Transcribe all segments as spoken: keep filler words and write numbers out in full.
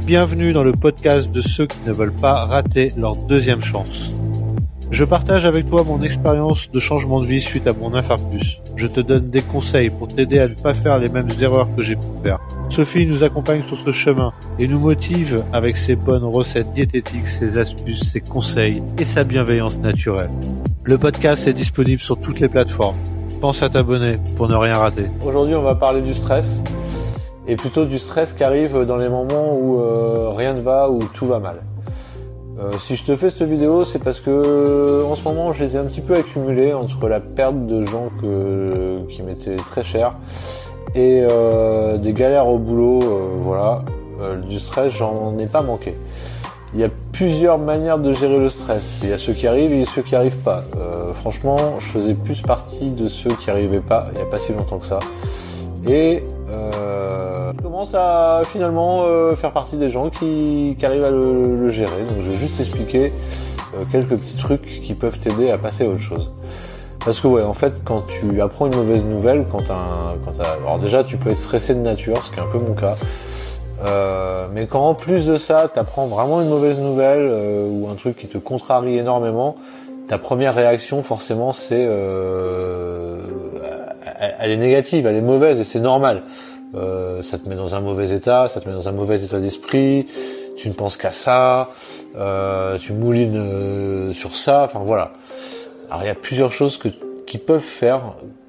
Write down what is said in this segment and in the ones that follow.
Bienvenue dans le podcast de ceux qui ne veulent pas rater leur deuxième chance. Je partage avec toi mon expérience de changement de vie suite à mon infarctus. Je te donne des conseils pour t'aider à ne pas faire les mêmes erreurs que j'ai pu faire. Sophie nous accompagne sur ce chemin et nous motive avec ses bonnes recettes diététiques, ses astuces, ses conseils et sa bienveillance naturelle. Le podcast est disponible sur toutes les plateformes. Pense à t'abonner pour ne rien rater. Aujourd'hui, on va parler du stress, et plutôt du stress qui arrive dans les moments où euh, rien ne va, où tout va mal. Euh, si je te fais cette vidéo, c'est parce que en ce moment, je les ai un petit peu accumulés entre la perte de gens que, qui m'étaient très chers et euh, des galères au boulot. Euh, voilà, euh, du stress, j'en ai pas manqué. Il y a plusieurs manières de gérer le stress. Il y a ceux qui arrivent et ceux qui arrivent pas. Euh, franchement, je faisais plus partie de ceux qui arrivaient pas il y a pas si longtemps que ça. Et euh, je commence à finalement euh, faire partie des gens qui, qui arrivent à le, le gérer. Donc je vais juste expliquer euh, quelques petits trucs qui peuvent t'aider à passer à autre chose. Parce que ouais, en fait, quand tu apprends une mauvaise nouvelle, quand t'as, quand t'as, alors déjà tu peux être stressé de nature, ce qui est un peu mon cas. Euh, mais quand en plus de ça, t'apprends vraiment une mauvaise nouvelle euh, ou un truc qui te contrarie énormément, ta première réaction forcément c'est euh, elle est négative, elle est mauvaise et c'est normal. Euh, ça te met dans un mauvais état, ça te met dans un mauvais état d'esprit, tu ne penses qu'à ça, euh, tu moulines euh, sur ça, enfin voilà. Alors il y a plusieurs choses que, qui peuvent faire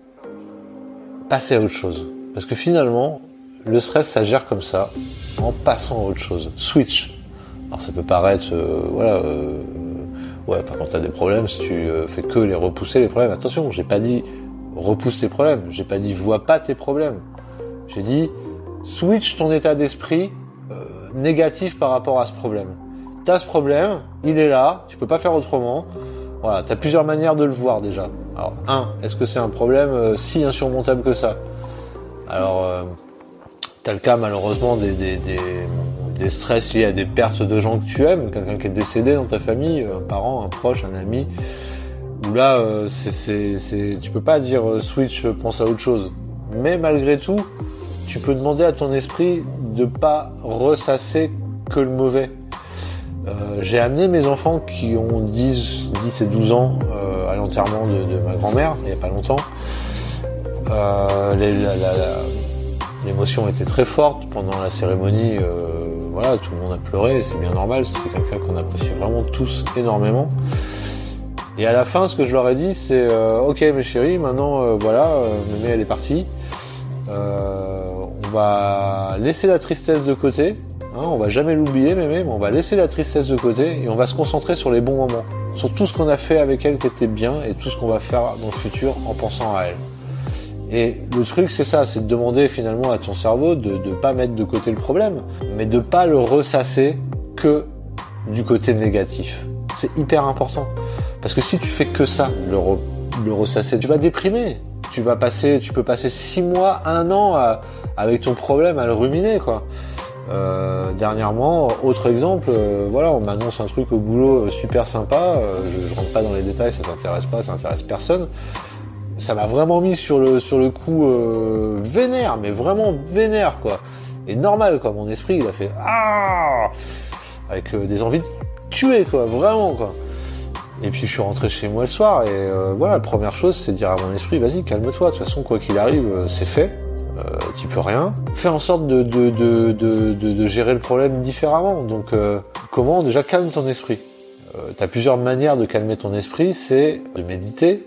passer à autre chose. Parce que finalement, le stress ça gère comme ça, en passant à autre chose. Switch. Alors ça peut paraître, euh, voilà, euh, ouais, enfin quand t'as des problèmes, si tu euh, fais que les repousser les problèmes, attention, j'ai pas dit repousse tes problèmes, j'ai pas dit vois pas tes problèmes. J'ai dit switch ton état d'esprit euh, négatif par rapport à ce problème. T'as ce problème, il est là, tu peux pas faire autrement. Voilà, t'as plusieurs manières de le voir déjà. Alors un, est-ce que c'est un problème euh, si insurmontable que ça? Alors euh, t'as le cas malheureusement des, des, des, des stress liés à des pertes de gens que tu aimes, quelqu'un qui est décédé dans ta famille, un parent, un proche, un ami, où là euh, c'est, c'est, c'est, tu peux pas dire euh, switch, pense à autre chose. Mais malgré tout, tu peux demander à ton esprit de pas ressasser que le mauvais. Euh, j'ai amené mes enfants qui ont dix, dix et douze ans euh, à l'enterrement de, de ma grand-mère il y a pas longtemps. Euh, les, la, la, la, L'émotion était très forte pendant la cérémonie, euh, voilà, tout le monde a pleuré, c'est bien normal, c'est quelqu'un qu'on apprécie vraiment tous énormément. Et à la fin, ce que je leur ai dit, c'est euh, ok mes chéris, maintenant euh, voilà, euh, mémé elle est partie, euh, on va laisser la tristesse de côté, hein, on va jamais l'oublier mémé, mais on va laisser la tristesse de côté et on va se concentrer sur les bons moments, sur tout ce qu'on a fait avec elle qui était bien et tout ce qu'on va faire dans le futur en pensant à elle. Et le truc, c'est ça, c'est de demander finalement à ton cerveau de ne pas mettre de côté le problème, mais de pas le ressasser que du côté négatif. C'est hyper important. Parce que si tu fais que ça, le, re, le ressasser, tu vas déprimer. Tu vas passer, tu peux passer six mois, un an à, avec ton problème à le ruminer, quoi. Euh, dernièrement, autre exemple, euh, voilà, on m'annonce un truc au boulot euh, super sympa, euh, je, je rentre pas dans les détails, ça t'intéresse pas, ça intéresse personne. Ça m'a vraiment mis sur le sur le coup euh, vénère, mais vraiment vénère quoi. Et normal quoi, mon esprit il a fait ah avec euh, des envies de tuer quoi, vraiment quoi. Et puis je suis rentré chez moi le soir et euh, voilà, la première chose c'est de dire à mon esprit vas-y calme-toi, de toute façon quoi qu'il arrive euh, c'est fait, euh, tu peux rien. Fais en sorte de de de de de, de gérer le problème différemment. Donc euh, comment déjà calme ton esprit. Euh, t'as plusieurs manières de calmer ton esprit, c'est de méditer.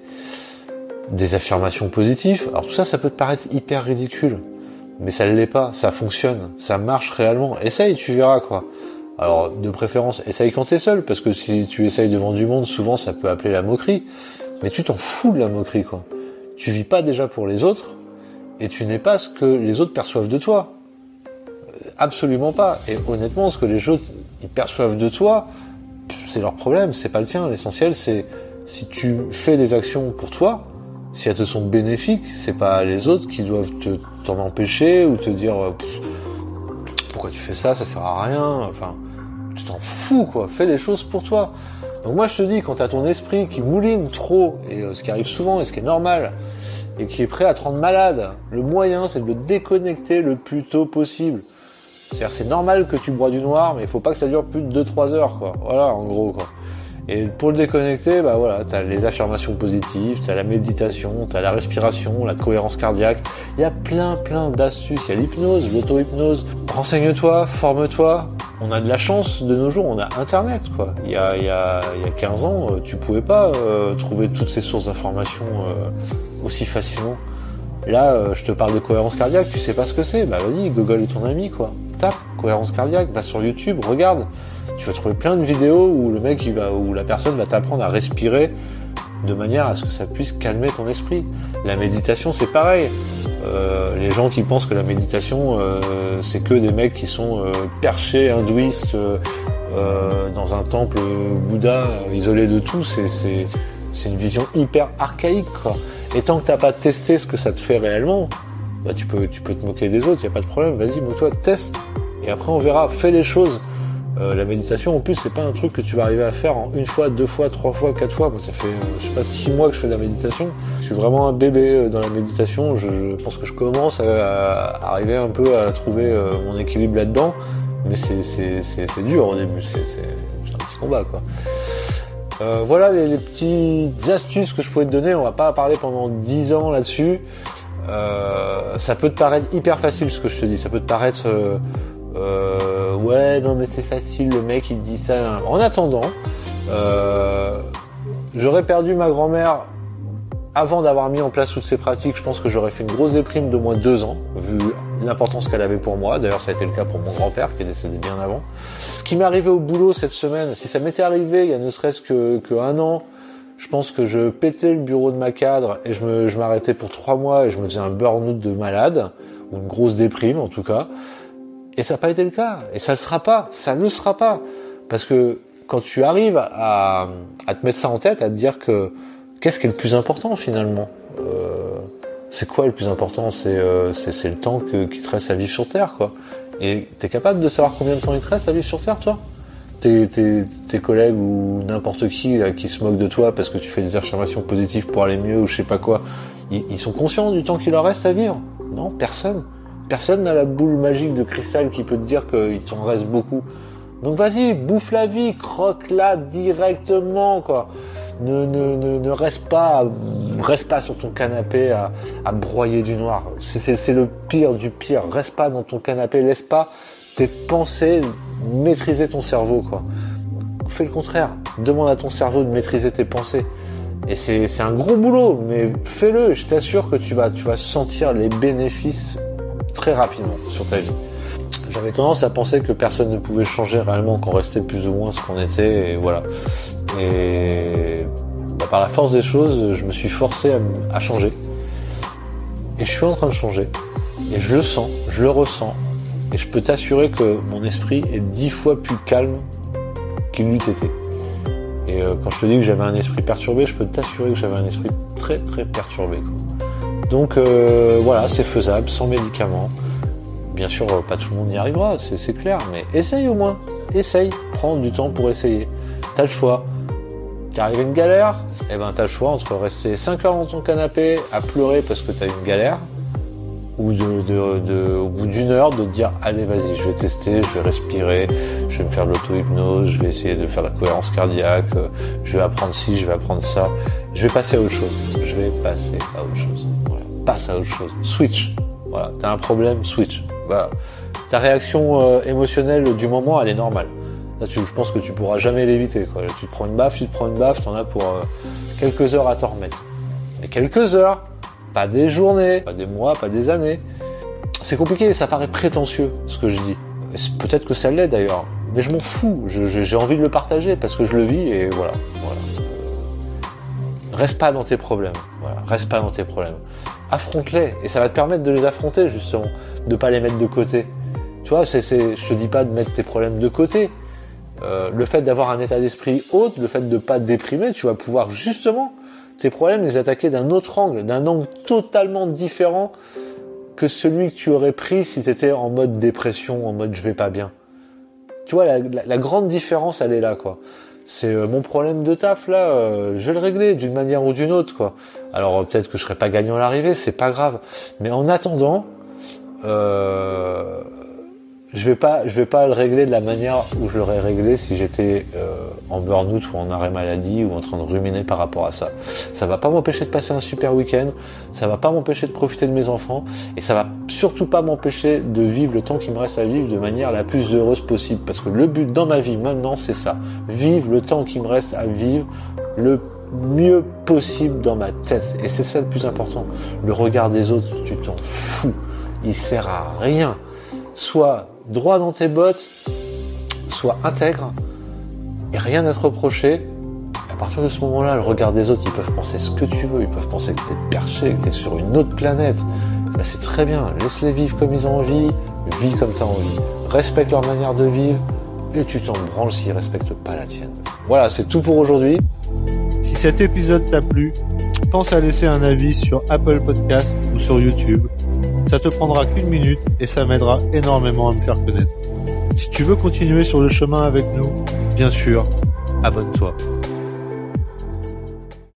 Des affirmations positives. Alors tout ça, ça peut te paraître hyper ridicule, mais ça ne l'est pas, ça fonctionne, ça marche réellement. Essaye, tu verras quoi. Alors de préférence, essaye quand t'es seul, parce que si tu essayes devant du monde, souvent ça peut appeler la moquerie, mais tu t'en fous de la moquerie quoi. Tu vis pas déjà pour les autres, et tu n'es pas ce que les autres perçoivent de toi. Absolument pas. Et honnêtement, ce que les autres ils perçoivent de toi, c'est leur problème, c'est pas le tien. L'essentiel c'est, si tu fais des actions pour toi, si elles te sont bénéfiques, c'est pas les autres qui doivent te, t'en empêcher ou te dire pourquoi tu fais ça, ça sert à rien, enfin, tu t'en fous quoi, fais les choses pour toi. Donc moi je te dis, quand t'as ton esprit qui mouline trop, et euh, ce qui arrive souvent et ce qui est normal, et qui est prêt à te rendre malade, le moyen c'est de le déconnecter le plus tôt possible. C'est-à-dire, c'est normal que tu bois du noir, mais il faut pas que ça dure plus de deux trois heures, quoi. Voilà, en gros, quoi. Et pour le déconnecter, bah voilà, t'as les affirmations positives, t'as la méditation, t'as la respiration, la cohérence cardiaque. Il y a plein, plein d'astuces. Il y a l'hypnose, l'auto-hypnose. Renseigne-toi, forme-toi. On a de la chance de nos jours, on a Internet, quoi. Il y a, il y a, il y a quinze ans, tu pouvais pas euh, trouver toutes ces sources d'informations euh, aussi facilement. Là, euh, je te parle de cohérence cardiaque, tu sais pas ce que c'est, bah vas-y, Google est ton ami, quoi. Tape cohérence cardiaque, va sur YouTube, regarde. Tu vas trouver plein de vidéos où le mec, il va, où la personne va t'apprendre à respirer de manière à ce que ça puisse calmer ton esprit. La méditation, c'est pareil. Euh, les gens qui pensent que la méditation, euh, c'est que des mecs qui sont euh, perchés, hindouistes, euh, euh, dans un temple Bouddha, euh, isolé de tout, c'est, c'est, c'est une vision hyper archaïque, quoi. Et tant que t'as pas testé ce que ça te fait réellement, bah tu peux, tu peux te moquer des autres, y a pas de problème. Vas-y, moque-toi, teste. Et après, on verra. Fais les choses. Euh, la méditation, en plus, c'est pas un truc que tu vas arriver à faire en une fois, deux fois, trois fois, quatre fois. Moi, ça fait, euh, je sais pas, six mois que je fais de la méditation. Je suis vraiment un bébé dans la méditation. Je, je pense que je commence à, à arriver un peu à trouver euh, mon équilibre là-dedans. Mais c'est, c'est, c'est, c'est dur au début. C'est, c'est, c'est un petit combat, quoi. Euh, voilà les, les petites astuces que je pouvais te donner. On va pas parler pendant dix ans là-dessus. Euh, ça peut te paraître hyper facile ce que je te dis. Ça peut te paraître euh, euh, ouais non mais c'est facile. Le mec il te dit ça. En attendant, euh, j'aurais perdu ma grand-mère avant d'avoir mis en place toutes ces pratiques. Je pense que j'aurais fait une grosse déprime d'au moins deux ans vu l'importance qu'elle avait pour moi. D'ailleurs ça a été le cas pour mon grand-père qui est décédé bien avant. Ce qui m'est arrivé au boulot cette semaine, si ça m'était arrivé il y a ne serait-ce que, que un an, je pense que je pétais le bureau de ma cadre et je me, je m'arrêtais pour trois mois et je me faisais un burn-out de malade, ou une grosse déprime en tout cas. Et ça n'a pas été le cas. Et ça ne le sera pas. Ça ne le sera pas. Parce que quand tu arrives à, à te mettre ça en tête, à te dire que qu'est-ce qui est le plus important finalement, euh, c'est quoi le plus important, c'est, euh, c'est, c'est le temps que, qui te reste à vivre sur Terre, quoi. Et t'es capable de savoir combien de temps il te reste à vivre sur Terre, toi? Tes, tes, tes collègues ou n'importe qui là, qui se moquent de toi parce que tu fais des affirmations positives pour aller mieux ou je sais pas quoi, ils, ils sont conscients du temps qu'il leur reste à vivre? Non, personne. Personne n'a la boule magique de cristal qui peut te dire qu'il t'en reste beaucoup. Donc vas-y, bouffe la vie, croque-la directement, quoi. Ne, ne, ne, ne reste pas, reste pas sur ton canapé à, à broyer du noir. C'est, c'est, c'est le pire du pire. Reste pas dans ton canapé, laisse pas tes pensées maîtriser ton cerveau, quoi. Fais le contraire. Demande à ton cerveau de maîtriser tes pensées. Et c'est, c'est un gros boulot, mais fais-le. Je t'assure que tu vas, tu vas sentir les bénéfices très rapidement sur ta vie. J'avais tendance à penser que personne ne pouvait changer réellement, qu'on restait plus ou moins ce qu'on était, et voilà. Et bah, par la force des choses, je me suis forcé à, à changer. Et je suis en train de changer. Et je le sens, je le ressens. Et je peux t'assurer que mon esprit est dix fois plus calme qu'il l'eût été. Et euh, quand je te dis que j'avais un esprit perturbé, je peux t'assurer que j'avais un esprit très très perturbé, quoi. Donc euh, voilà, c'est faisable, sans médicaments. Bien sûr, pas tout le monde y arrivera, c'est, c'est clair, mais essaye au moins. Essaye, prends du temps pour essayer. T'as le choix. T'es arrivé à une galère, eh ben t'as le choix entre rester cinq heures dans ton canapé à pleurer parce que t'as une galère, ou de, de, de, au bout d'une heure, de te dire allez vas-y, je vais tester, je vais respirer, je vais me faire de l'auto-hypnose, je vais essayer de faire la cohérence cardiaque, je vais apprendre ci, je vais apprendre ça, je vais passer à autre chose. Je vais passer à autre chose. Voilà. Passe à autre chose. Switch. Voilà. T'as un problème, switch. Voilà. Ta réaction euh, émotionnelle du moment, elle est normale. Là, tu, je pense que tu pourras jamais l'éviter, quoi. Tu te prends une baffe, tu te prends une baffe, t'en as pour euh, quelques heures à t'en remettre. Mais quelques heures, pas des journées, pas des mois, pas des années. C'est compliqué, ça paraît prétentieux, ce que je dis. Et peut-être que ça l'est d'ailleurs, mais je m'en fous. Je, je, j'ai envie de le partager parce que je le vis et voilà. voilà. Reste pas dans tes problèmes. Voilà. Reste pas dans tes problèmes. Affronte-les et ça va te permettre de les affronter justement, de pas les mettre de côté. Tu vois, c'est, c'est, je te dis pas de mettre tes problèmes de côté. Euh, le fait d'avoir un état d'esprit haut, le fait de pas te déprimer, tu vas pouvoir justement tes problèmes les attaquer d'un autre angle, d'un angle totalement différent que celui que tu aurais pris si tu étais en mode dépression, en mode je vais pas bien. Tu vois, la, la, la grande différence, elle est là, quoi. C'est euh, mon problème de taf, là, euh, je vais le régler d'une manière ou d'une autre, quoi. Alors euh, peut-être que je serai pas gagnant à l'arrivée, c'est pas grave. Mais en attendant, euh, je vais pas, je vais pas le régler de la manière où je l'aurais réglé si j'étais euh, en burn-out ou en arrêt maladie ou en train de ruminer par rapport à ça. Ça va pas m'empêcher de passer un super week-end, ça va pas m'empêcher de profiter de mes enfants, et ça va surtout pas m'empêcher de vivre le temps qui me reste à vivre de manière la plus heureuse possible. Parce que le but dans ma vie maintenant, c'est ça. Vivre le temps qui me reste à vivre le mieux possible dans ma tête. Et c'est ça le plus important. Le regard des autres, tu t'en fous. Il sert à rien. Sois droit dans tes bottes, sois intègre, et rien à te reprocher. À partir de ce moment-là, le regard des autres, ils peuvent penser ce que tu veux, ils peuvent penser que t'es perché, que t'es sur une autre planète. Bah, c'est très bien, laisse-les vivre comme ils ont envie, vis comme t'as envie, respecte leur manière de vivre, et tu t'en branles s'ils respectent pas la tienne. Voilà, c'est tout pour aujourd'hui. Si cet épisode t'a plu, pense à laisser un avis sur Apple Podcast ou sur YouTube. Ça te prendra qu'une minute et ça m'aidera énormément à me faire connaître. Si tu veux continuer sur le chemin avec nous, bien sûr, abonne-toi.